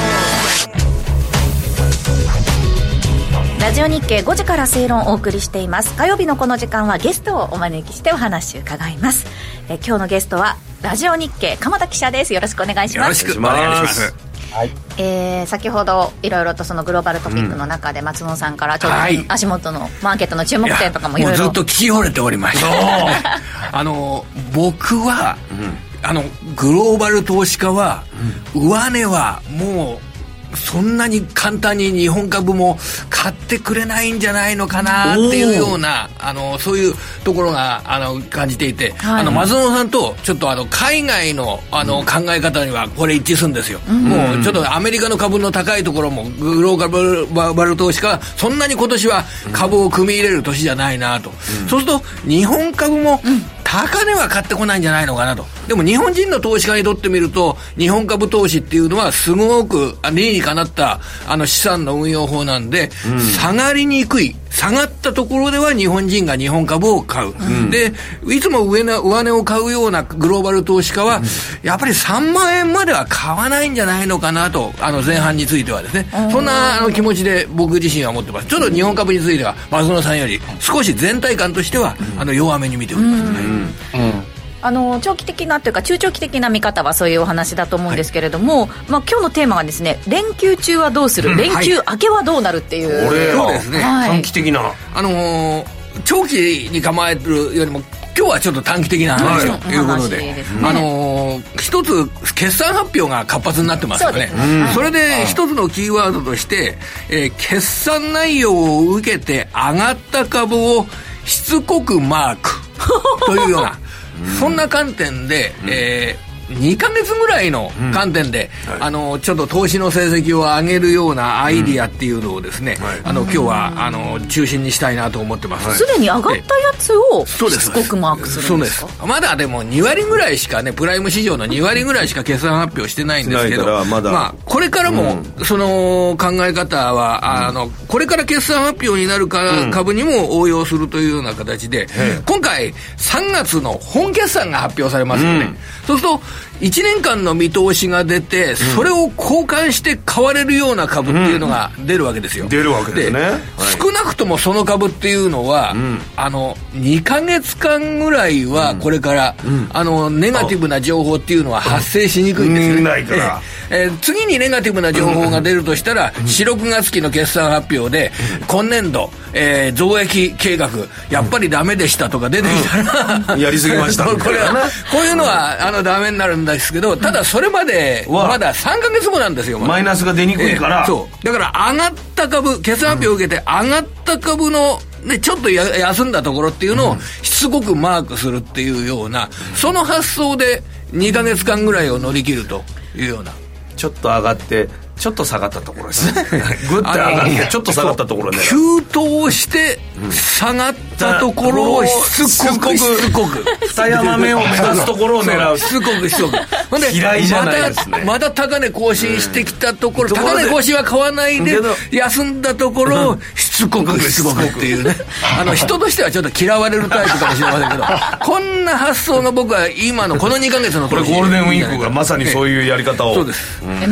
ラジオ日経ごじから正論をお送りしています。火曜日のこの時間はゲストをお招きしてお話を伺います。え今日のゲストはラジオ日経鎌田記者です。よろしくお願いします。 よろしくお願いします。 はい、えー、先ほどいろいろとそのグローバルトピックの中で松野さんからちょっと足元のマーケットの注目点とかもいろいろずっと聞き惚れておりましたあの僕は、うん、あのグローバル投資家は、うん、上値はもうそんなに簡単に日本株も買ってくれないんじゃないのかなっていうようなあのそういうところがあの感じていて、はい、あの松野さんとちょっとあの海外のあの考え方にはこれ一致するんですよ、うん、もうちょっとアメリカの株の高いところもグローバル投資家はそんなに今年は株を組み入れる年じゃないなと、うん、そうすると日本株も、うん高値は買ってこないんじゃないのかなと。でも日本人の投資家にとってみると日本株投資っていうのはすごく理にかなったあの資産の運用法なんで、うん、下がりにくい下がったところでは日本人が日本株を買う、うん、でいつも上値上値を買うようなグローバル投資家は、うん、やっぱりさんまんえんまでは買わないんじゃないのかなとあの前半についてはですね、うん、そんなあの気持ちで僕自身は思ってます。ちょっと日本株については松野さんより少し全体感としては、うん、あの弱めに見ておりますね、うんうんあの長期的なというか中長期的な見方はそういうお話だと思うんですけれども、はいまあ、今日のテーマはですね連休中はどうする、うん、連休明けはどうなるっていう、 これそうですね、 はい、 短期的なあのー、長期に構えるよりも今日はちょっと短期的な話ということで、はいね、あのー、一つ決算発表が活発になってますよね。 そ, うん、それで一つのキーワードとして、えー、決算内容を受けて上がった株をしつこくマークというようなそんな観点で、うんえーにかげつぐらいの観点で、うんはい、あのちょっと投資の成績を上げるようなアイディアっていうのをですね、うんはい、あの今日はあの中心にしたいなと思ってます。 すでに上がったやつをしつこくマークするんですか？ そうです。まだでもにわりぐらいしかねプライム市場のにわりぐらいしか決算発表してないんですけど、まだまあ、これからも、うん、その考え方は、うん、あのこれから決算発表になるか、うん、株にも応用するというような形で、うん、今回さんがつの本決算が発表されますよね、うん、そうするといちねんかんの見通しが出て、うん、それを交換して買われるような株っていうのが出るわけですよ、 うん、出るわけですね、はい、 少なくともその株っていうのは、うん、あのにかげつかんぐらいはこれから、うん、あのネガティブな情報っていうのは発生しにくいんですよね、 うん、ないからえー、次にネガティブな情報が出るとしたら、うん、よん、ろくがつ期の決算発表で、うん、今年度、えー、増益計画やっぱりダメでしたとか出てきたら、 うん、やりすぎましたこれはこういうのはあのダメになるんですけど、ただそれまでまださんかげつごなんですよ、ま、 マイナスが出にくいから、 えー、そうだから上がった株決算発表を受けて上がった株のでちょっとや休んだところっていうのをしつこくマークするっていうような、その発想でにかげつかんぐらいを乗り切るというような、 ちょっと上がってちょっと下がったところですねグッて上がってちょっと下がったところで急騰して下がったところをしつこくしつこく二山目を目指すところを狙うしつこくしつこくほんで嫌いじゃないですね、 また、また高値更新してきたところ、うん、高値更新は買わないで休んだところをしつこくしつこくっていうねあの人としてはちょっと嫌われるタイプかもしれませんけどこんな発想が僕は今のこのにかげつのこれゴールデンウィークがまさにそういうやり方を、 そうです、うん、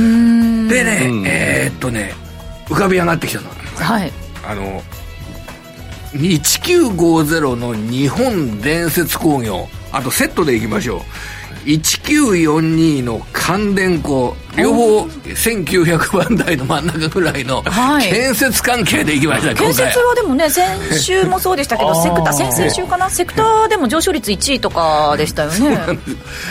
でね、うん、えー、っとね浮かび上がってきたのは、 はい、 あのいちきゅうごゼロの日本伝説工業、あとセットでいきましょう、いちきゅうよんにの関電工、両方せんきゅうひゃくばん台の真ん中ぐらいの建設関係でいきました、はい、 建設はでもね先週もそうでしたけどセクター先々週かなセクターでも上昇率いちいとかでしたよね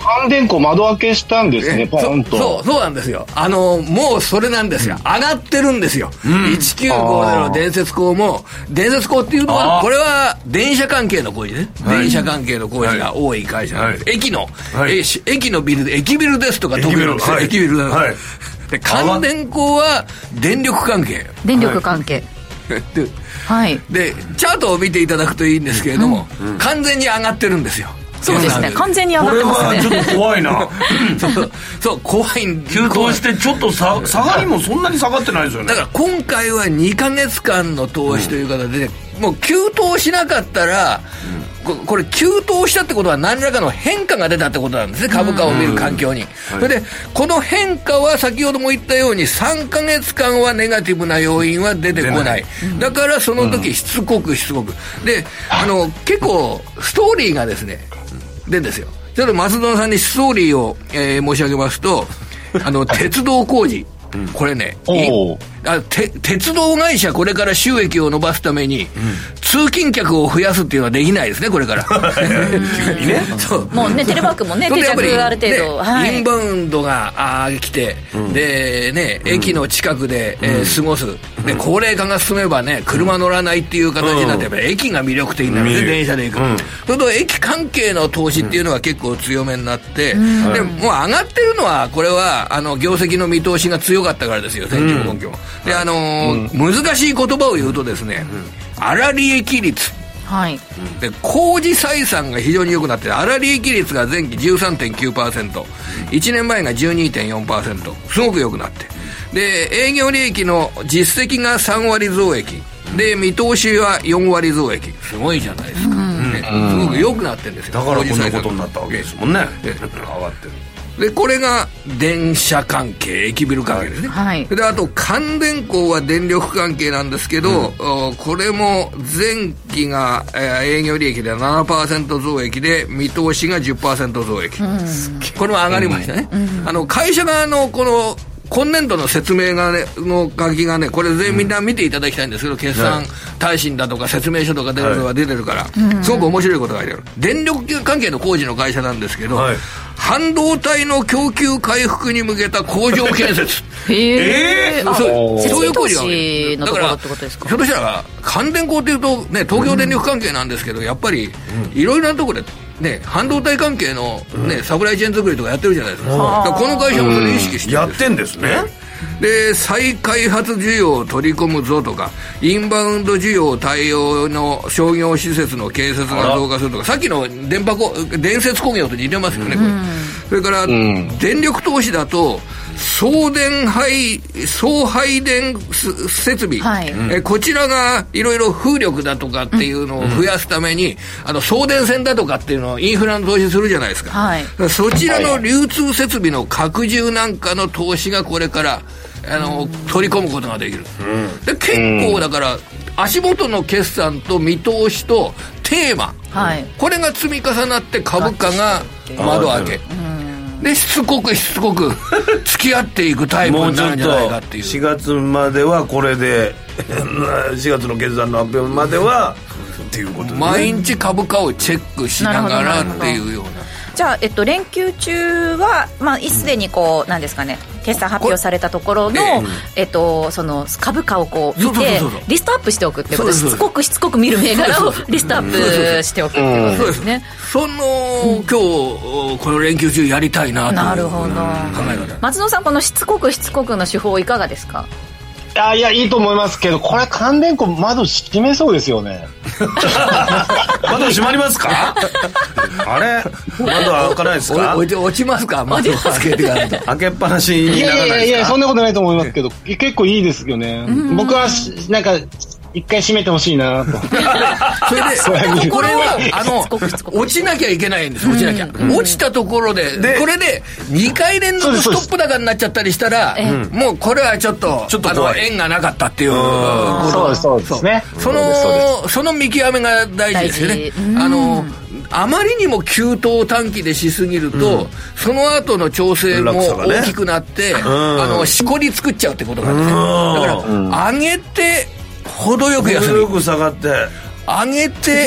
乾電庫窓開けしたんですね、ポンと。 そう、そうなんですよ。あの、もうそれなんですよ。上がってるんですよ。うん、いちきゅうごゼロ伝説工も、伝説工っていうのは、これは電車関係の工事ね。はい、電車関係の工事が多い会社なんです。はい、駅の、はい、駅のビルで、駅ビルですとか特になんですよ。駅ビルなんです。はい、で、乾電工は電力関係。 電力関係。 はいで, はい、でチャートを見ていただくといいんですけれども、うんうん、完全に上がってるんですよ。 そうですね、完全に上がってますね。 これはちょっと怖いなそうそう怖いん急騰してちょっとさ下がりもそんなに下がってないですよね。 だから今回はにかげつかんの投資という形で、うん、もう急騰しなかったら、うん、こ, これ急騰したってことは何らかの変化が出たってことなんですね、株価を見る環境に、うんうん、それでこの変化は先ほども言ったようにさんかげつかんはネガティブな要因は出てこない、うん、だからその時しつこくしつこくであの結構ストーリーがですねでですよ、ちょっと松園さんにストーリーを、えー、申し上げますとあの鉄道工事これね、あて鉄道会社これから収益を伸ばすために、うん、通勤客を増やすっていうのはできないですねこれから急にねそうもうねテレワークもね定着ある程度、 ねはい、インバウンドがあ来て、うん、でね駅の近くで、うんえー、過ごすで高齢化が進めばね車乗らないっていう形になってやっぱり駅が魅力的になるんで、うん、電車で行く、うん、それと駅関係の投資っていうのは結構強めになって、うん、でもう上がってるのはこれはあの業績の見通しが強かったからですよ先行根拠、うん、であのーうん、難しい言葉を言うとですね、うん、粗利益率、はい、で工事採算が非常に良くなって粗利益率が前期 じゅうさんてんきゅうパーセント、いちねんまえが じゅうにてんよんパーセント すごく良くなってで営業利益の実績がさんわり増益で見通しはよんわり増益すごいじゃないですか、うんね、すごく良くなってるんですよ。 だからこんなことになったわけですもんね上がってるでこれが電車関係駅ビル関係ですね、はい、であと乾電工は電力関係なんですけど、うん、これも前期が、えー、営業利益で ななパーセント 増益で見通しが じゅっパーセント 増益、うん、これも上がりましたね、うん、あの会社側のこの今年度の説明がねの書きがねこれ全員みんな見ていただきたいんですけど、決算耐震だとか説明書とか出るのが出てるから、はい、すごく面白いことが書いてある。電力関係の工事の会社なんですけど、はい、半導体の供給回復に向けた工場建設へえー、 そうそういう工事のところってことですか。 ひょっとしたら乾電工っていうとね東京電力関係なんですけど、やっぱりいろいろなところでね、半導体関係の、ねうん、サプライチェーン作りとかやってるじゃないですか。だからこの会社もそれ意識してるんです、 やってんですね。 で再開発需要を取り込むぞとかインバウンド需要対応の商業施設の建設が増加するとかさっきの電波こ伝説工業と似てますよね、うん、これそれから、うん、電力投資だと送電配送配電設備、はい、えこちらがいろいろ風力だとかっていうのを増やすために、うん、あの送電線だとかっていうのをインフラの投資するじゃないですか、はい、そちらの流通設備の拡充なんかの投資がこれからあの取り込むことができる、うん、で結構だから足元の決算と見通しとテーマ、はい、これが積み重なって株価が窓開け、でしつこくしつこく付き合っていくタイプになるんじゃないかっていう。 しがつまではこれでしがつの決算の発表まではっていうことで、ね、 毎日株価をチェックしながらっていうような。 じゃあ、えっと、連休中は、まあ、すでにこう、うん、なんですかね、決算発表されたところの、えーえっと、その株価をこう見てリストアップしておくっていうことで、しつこくしつこく見る銘柄をリストアップしておくっていうことですね。 その、うん、今日この連休中やりたいなというなるほど、うん、考え方。松野さん、このしつこくしつこくの手法いかがですか。 あいやいいと思いますけど、これ乾電庫窓閉めそうですよね。 窓閉まりますか。あれ窓は開かないですか。 落ち、落ちますか。窓開けてから開けっぱなしにならないですか。いやいやいやそんなことないと思いますけど結構いいですよね。僕はなんか一回閉めてほしいなと。 それでこれはあの落ちなきゃいけないんです。落ちなきゃ、うん、落ちたところ で, でこれでにかい連続ストップ高になっちゃったりしたら、うん、もうこれはちょっとちょっとあの縁がなかったっていう。 そうですそうですね。 そのその見極めが大事ですよね。あのあまりにも急騰短期でしすぎると、うん、その後の調整も大きくなって、ね、あのしこり作っちゃうってことなんですね。だから、うん、上げて程よく安い、 程よく下がって上げて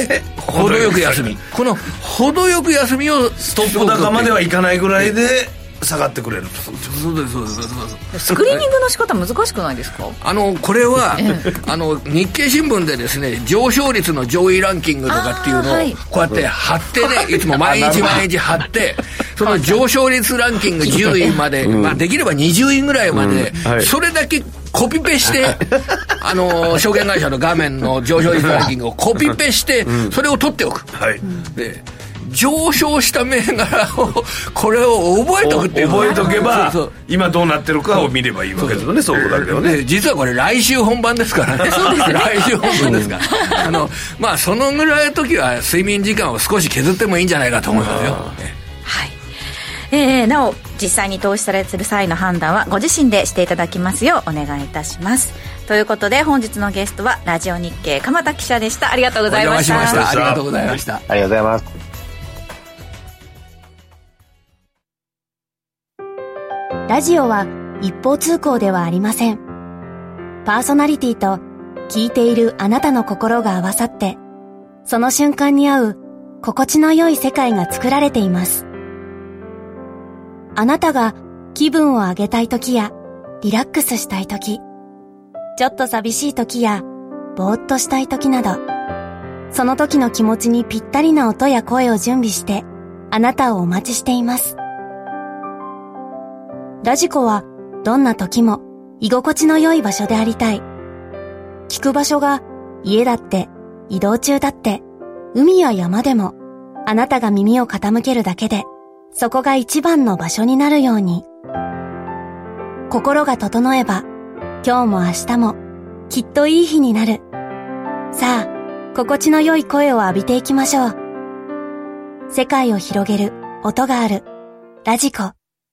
程よく休みこの程よく休みをストップ高まではいかないぐらいで下がってくれると。 そうですそうですそうです。 スクリーニングの仕方難しくないですか？ あのこれはあの日経新聞でですね上昇率の上位ランキングとかっていうのをこうやって貼ってね、いつも毎日毎日貼ってその上昇率ランキングじゅういまで、まあ、できればにじゅういぐらいまで、うんはい、それだけコピペしてあの証券会社の画面の上昇率ランキングをコピペしてそれを取っておく、はい、で上昇した銘柄をこれを覚えておくっていう覚えとけばそうそう今どうなってるかを見ればいいわけですよね。そうだけどね、 実はこれ来週本番ですからね。そうです来週本番ですからあのまあそのぐらいの時は睡眠時間を少し削ってもいいんじゃないかと思いますよ。 はい、えー、なお実際に投資される際の判断はご自身でしていただきますようお願いいたします。ということで本日のゲストはラジオ日経鎌田記者でした。ありがとうございました。 お邪魔しました。ありがとうございました。 ありがとうございます。 ラジオは一方通行ではありません。パーソナリティと聞いているあなたの心が合わさって、その瞬間に合う心地の良い世界が作られています。あなたが気分を上げたい時やリラックスしたい時、ちょっと寂しい時やぼーっとしたい時など、その時の気持ちにぴったりな音や声を準備してあなたをお待ちしています。ラジコはどんな時も居心地の良い場所でありたい。聞く場所が家だって移動中だって海や山でもあなたが耳を傾けるだけでそこが一番の場所になるように。心が整えば今日も明日もきっといい日になる。さあ心地の良い声を浴びていきましょう。世界を広げる音があるラジコ。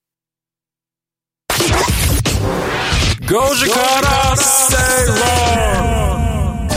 ごじから正論。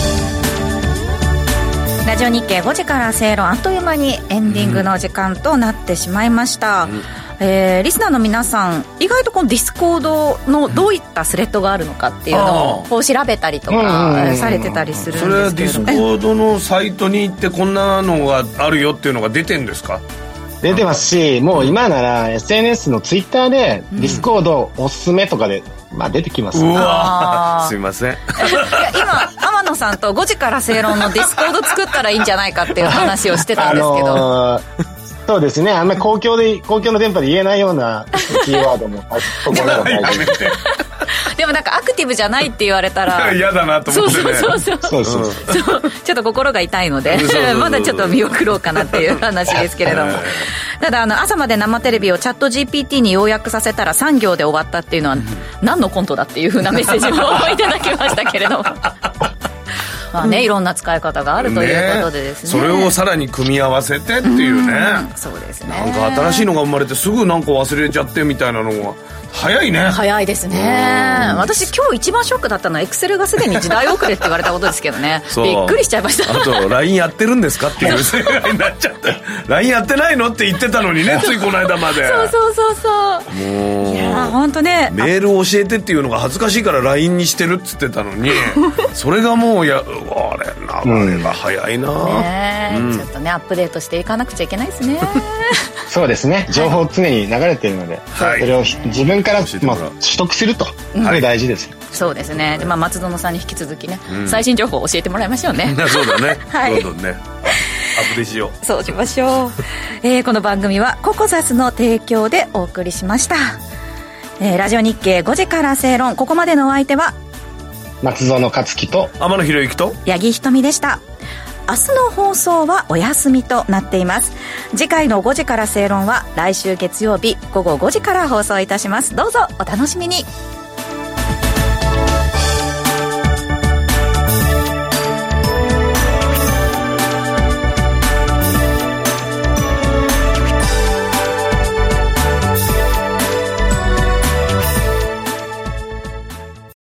ラジオ日経ごじから正論、あっという間にエンディングの時間となってしまいました、うんえー、リスナーの皆さん意外とこのディスコードのどういったスレッドがあるのかっていうのをこう調べたりとかされてたりするんですけれども、 それはディスコードのサイトに行ってこんなのがあるよっていうのが出てんですか？ 出てますし、もう今なら エスエヌエス のツイッターでディスコードおすすめとかで、まあ出てきます、ね、 うわすいません。いや今天野さんとごじから正論のディスコード作ったらいいんじゃないかっていう話をしてたんですけど、あのーそうですね、あんまり公共で公共の電波で言えないようなキーワードもあそこが大事ですでもなんかアクティブじゃないって言われたら嫌だなと思ってね。 そうそうそうそうそうそうちょっと心が痛いのでまだちょっと見送ろうかなっていう話ですけれどもただあの朝まで生テレビをチャット ジーピーティー に要約させたらさん行で終わったっていうのは何のコントだっていう風なメッセージもいただきましたけれどもまあね、いろんな使い方があるということでですね、 それをさらに組み合わせてっていうね、 うん、そうですね、 なんか新しいのが生まれてすぐなんか忘れちゃってみたいなのが早いね。 早いですね。私今日一番ショックだったのはエクセルがすでに時代遅れって言われたことですけどねびっくりしちゃいました。 あと ライン やってるんですかっていう世界になっちゃって ライン やってないのって言ってたのにねついこの間までそうそうそうそうもういや本当ねメールを教えてっていうのが恥ずかしいから ライン にしてるっつってたのにそれがもうやあれ流れが早いな、うんねうん、ちょっとねアップデートしていかなくちゃいけないですねそうですね、情報常に流れているので、はい、それを自分から、まあ、取得すると、うん、あれ大事ですよ。 そうですね。で、まあ、松園さんに引き続きね、うん、最新情報を教えてもらいましょうねそうだね、 はい、 どんどんねアップデートしよう。 そうしましょう、えー、この番組はココザスの提供でお送りしました、えー、ラジオ日経ごじから正論、ここまでのお相手は松園克樹と天野博之と八木ひとみでした。明日の放送はお休みとなっています。次回のごじから正論は来週月曜日午後ごじから放送いたします。どうぞお楽しみに。